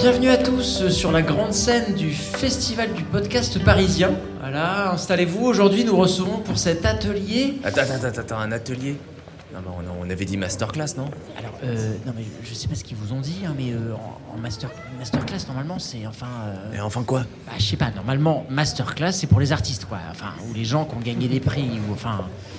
bienvenue à tous sur la grande scène du Festival du podcast parisien. Voilà, installez-vous, aujourd'hui nous recevons pour cet atelier... Attends, un atelier ? Non, mais on avait dit masterclass, non ? Alors, non mais je sais pas ce qu'ils vous ont dit, hein, mais en masterclass normalement c'est enfin... Et enfin quoi ? Bah je sais pas, normalement masterclass c'est pour les artistes quoi, enfin, ou les gens qui ont gagné des prix, ou enfin...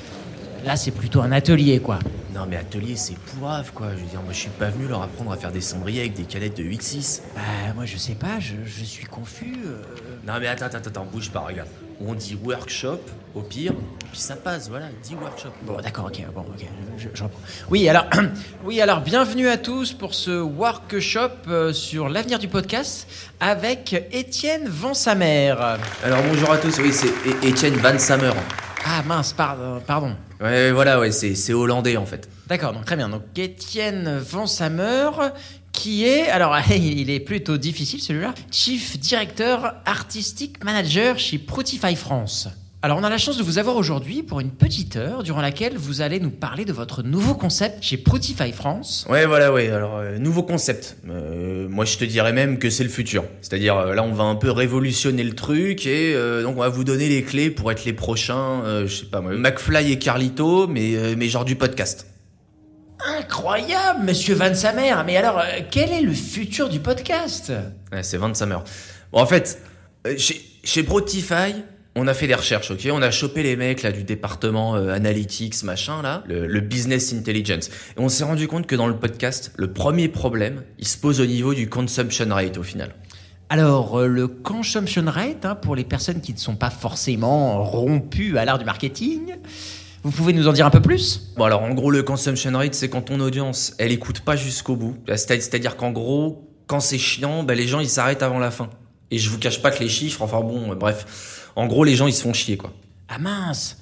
Là c'est plutôt un atelier quoi. Non mais atelier c'est pourrave quoi, je veux dire, moi je suis pas venu leur apprendre à faire des cendriers avec des canettes de 8-6. Bah moi je sais pas, je suis confus. Non mais attends, bouge pas, regarde. On dit workshop, au pire, puis ça passe, voilà, dis workshop. Bon d'accord, ok, je reprends. Oui alors bienvenue à tous pour ce workshop sur l'avenir du podcast avec Étienne Vansamer. Alors bonjour à tous, oui c'est Étienne Vansamer. Ah mince, pardon. Ouais, voilà, ouais, c'est hollandais en fait. D'accord, donc très bien. Donc Étienne Vansamer, qui est, alors il est plutôt difficile celui-là, Chief Directeur Artistic Manager chez Proutify France. Alors on a la chance de vous avoir aujourd'hui pour une petite heure durant laquelle vous allez nous parler de votre nouveau concept chez Proutify France. Ouais, voilà, ouais. Alors nouveau concept. Moi je te dirais même que c'est le futur. C'est-à-dire là on va un peu révolutionner le truc et donc on va vous donner les clés pour être les prochains, je sais pas moi, McFly et Carlito, mais genre du podcast. Incroyable, Monsieur Vansamer. Mais alors quel est le futur du podcast ? Ouais, c'est Vansamer. Bon en fait, chez Proutify, on a fait des recherches, ok ? On a chopé les mecs là du département analytics, machin là, le business intelligence. Et on s'est rendu compte que dans le podcast, le premier problème, il se pose au niveau du consumption rate au final. Alors, le consumption rate, pour les personnes qui ne sont pas forcément rompues à l'art du marketing, vous pouvez nous en dire un peu plus ? Bon alors en gros, le consumption rate, c'est quand ton audience, elle écoute pas jusqu'au bout. C'est-à-dire qu'en gros, quand c'est chiant, les gens ils s'arrêtent avant la fin. Et je vous cache pas que les chiffres, enfin bon, bref... En gros, les gens, ils se font chier, quoi. Ah mince.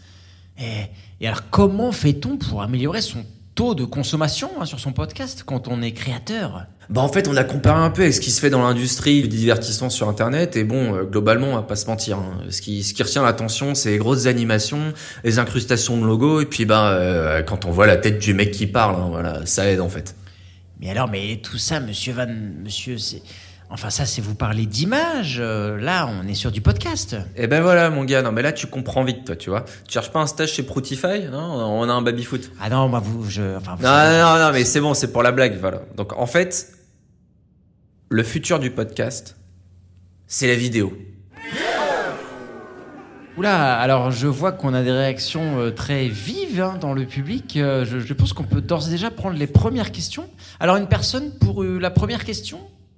Et alors, comment fait-on pour améliorer son taux de consommation sur son podcast quand on est créateur ? En fait, on a comparé un peu avec ce qui se fait dans l'industrie du divertissement sur Internet. Et bon, globalement, on va pas se mentir. Ce qui retient l'attention, c'est les grosses animations, les incrustations de logos. Et puis, quand on voit la tête du mec qui parle, voilà, ça aide, en fait. Mais tout ça, monsieur, c'est... Enfin, ça, c'est vous parler d'images. Là, on est sur du podcast. Et ben voilà, mon gars. Non, mais là, tu comprends vite, toi, tu vois. Tu cherches pas un stage chez Proutify ? Non, on a un baby-foot. Ah non, moi, Non, mais c'est bon, c'est pour la blague, voilà. Donc, en fait, le futur du podcast, c'est la vidéo. Oula, alors je vois qu'on a des réactions très vives dans le public. Je pense qu'on peut d'ores et déjà prendre les premières questions. Alors, une personne pour la première question ?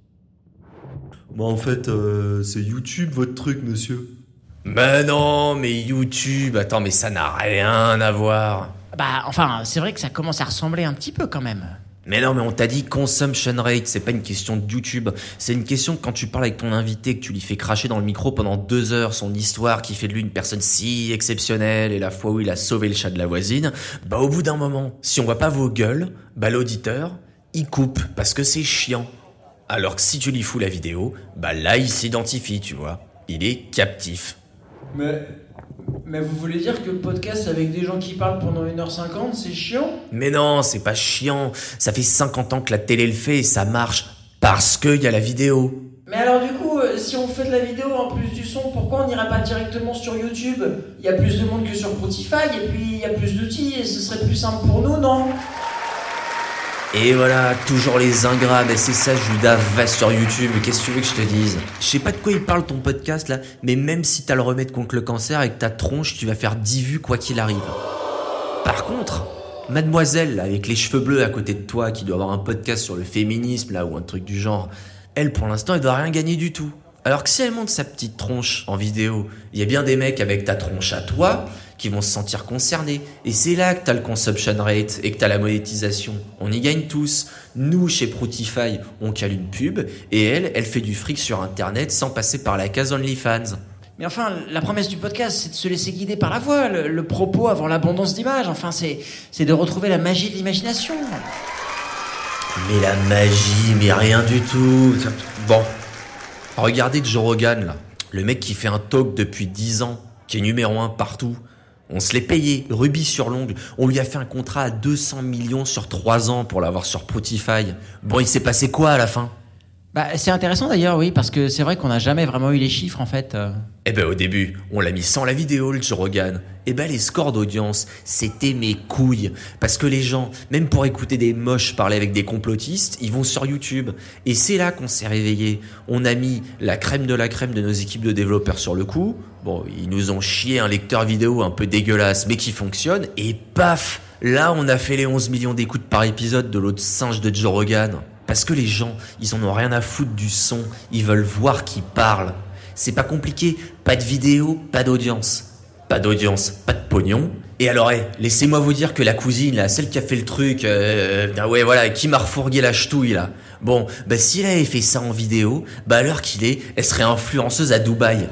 En fait, c'est YouTube votre truc, monsieur. Non, mais YouTube, attends, mais ça n'a rien à voir. Enfin, c'est vrai que ça commence à ressembler un petit peu quand même. Mais non, mais on t'a dit consumption rate, c'est pas une question de YouTube. C'est une question que quand tu parles avec ton invité, que tu lui fais cracher dans le micro pendant 2 heures son histoire qui fait de lui une personne si exceptionnelle et la fois où il a sauvé le chat de la voisine, au bout d'un moment, si on voit pas vos gueules, l'auditeur, il coupe parce que c'est chiant. Alors que si tu lui fous la vidéo, là il s'identifie, tu vois. Il est captif. Mais vous voulez dire que le podcast avec des gens qui parlent pendant 1h50, c'est chiant ? Mais non, c'est pas chiant. Ça fait 50 ans que la télé le fait et ça marche. Parce qu'il y a la vidéo. Mais alors du coup, si on fait de la vidéo en plus du son, pourquoi on n'irait pas directement sur YouTube ? Il y a plus de monde que sur Proutify et puis il y a plus d'outils et ce serait plus simple pour nous, non ? Et voilà, toujours les ingrats, c'est ça, Judas, va sur YouTube, qu'est-ce que tu veux que je te dise ? Je sais pas de quoi il parle ton podcast là, mais même si t'as le remède contre le cancer avec ta tronche, tu vas faire 10 vues quoi qu'il arrive. Par contre, mademoiselle, là, avec les cheveux bleus à côté de toi, qui doit avoir un podcast sur le féminisme là, ou un truc du genre, elle pour l'instant, elle doit rien gagner du tout. Alors que si elle monte sa petite tronche en vidéo, il y a bien des mecs avec ta tronche à toi qui vont se sentir concernés. Et c'est là que t'as le consumption rate et que t'as la monétisation. On y gagne tous. Nous, chez Proutify, on cale une pub et elle fait du fric sur Internet sans passer par la case OnlyFans. Mais enfin, la promesse du podcast, c'est de se laisser guider par la voix, le propos avant l'abondance d'images. Enfin, c'est de retrouver la magie de l'imagination. Mais la magie, mais rien du tout. Bon, regardez Joe Rogan, là. Le mec qui fait un talk depuis 10 ans, qui est numéro 1 partout. On se l'est payé, rubis sur l'ongle. On lui a fait un contrat à 200 millions sur 3 ans pour l'avoir sur Proutify. Bon, il s'est passé quoi à la fin ? Bah, c'est intéressant d'ailleurs, oui, parce que c'est vrai qu'on n'a jamais vraiment eu les chiffres en fait. Eh ben au début, on l'a mis sans la vidéo, le Joe Rogan. Eh ben les scores d'audience, c'était mes couilles. Parce que les gens, même pour écouter des moches parler avec des complotistes, ils vont sur YouTube. Et c'est là qu'on s'est réveillé. On a mis la crème de nos équipes de développeurs sur le coup. Bon, ils nous ont chié un lecteur vidéo un peu dégueulasse, mais qui fonctionne. Et paf, là on a fait les 11 millions d'écoutes par épisode de l'autre singe de Joe Rogan. Parce que les gens, ils en ont rien à foutre du son, ils veulent voir qui parle. C'est pas compliqué, pas de vidéo, pas d'audience. Pas d'audience, pas de pognon. Et alors, laissez-moi vous dire que la cousine, là, celle qui a fait le truc, qui m'a refourgué la ch'touille, là. Bon, si elle avait fait ça en vidéo, à l'heure qu'il est, elle serait influenceuse à Dubaï.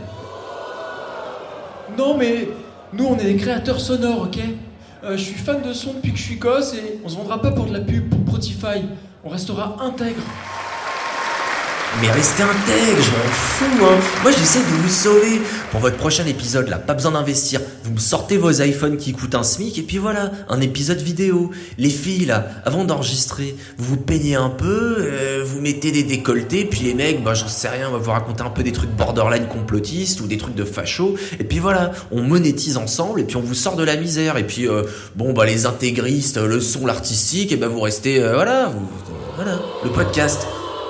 Non mais, nous on est des créateurs sonores, ok ? Je suis fan de son depuis que je suis gosse et on se vendra pas pour de la pub pour Spotify. On restera intègre. Mais restez intègre, je m'en fous, hein. Moi, j'essaie de vous sauver. Pour votre prochain épisode, là, pas besoin d'investir. Vous me sortez vos iPhones qui coûtent un SMIC et puis voilà, un épisode vidéo. Les filles, là, avant d'enregistrer, vous vous peignez un peu, vous mettez des décolletés, puis les mecs, j'en sais rien, on va vous raconter un peu des trucs borderline complotistes ou des trucs de fachos. Et puis voilà, on monétise ensemble et puis on vous sort de la misère. Et puis, les intégristes, le son, l'artistique, et vous restez, voilà, le podcast.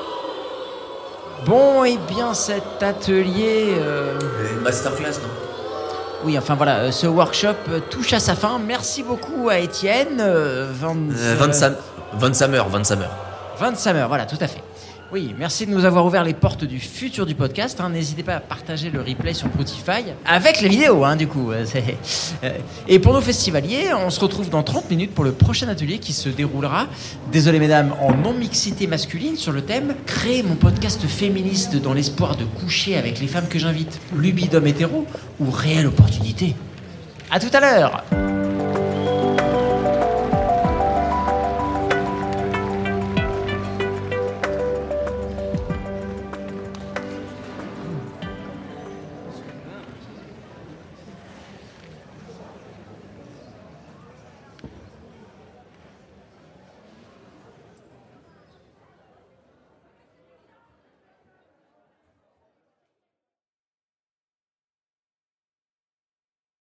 Bon, et bien cet atelier... Masterclass, non ? Oui, enfin voilà, ce workshop touche à sa fin. Merci beaucoup à Étienne Van Samer, voilà, tout à fait. Oui, merci de nous avoir ouvert les portes du futur du podcast. N'hésitez pas à partager le replay sur Spotify avec les vidéos, du coup. Et pour nos festivaliers, on se retrouve dans 30 minutes pour le prochain atelier qui se déroulera, désolé mesdames, en non-mixité masculine sur le thème « Créer mon podcast féministe dans l'espoir de coucher avec les femmes que j'invite, lubie d'homme hétéro ou réelle opportunité ?» À tout à l'heure.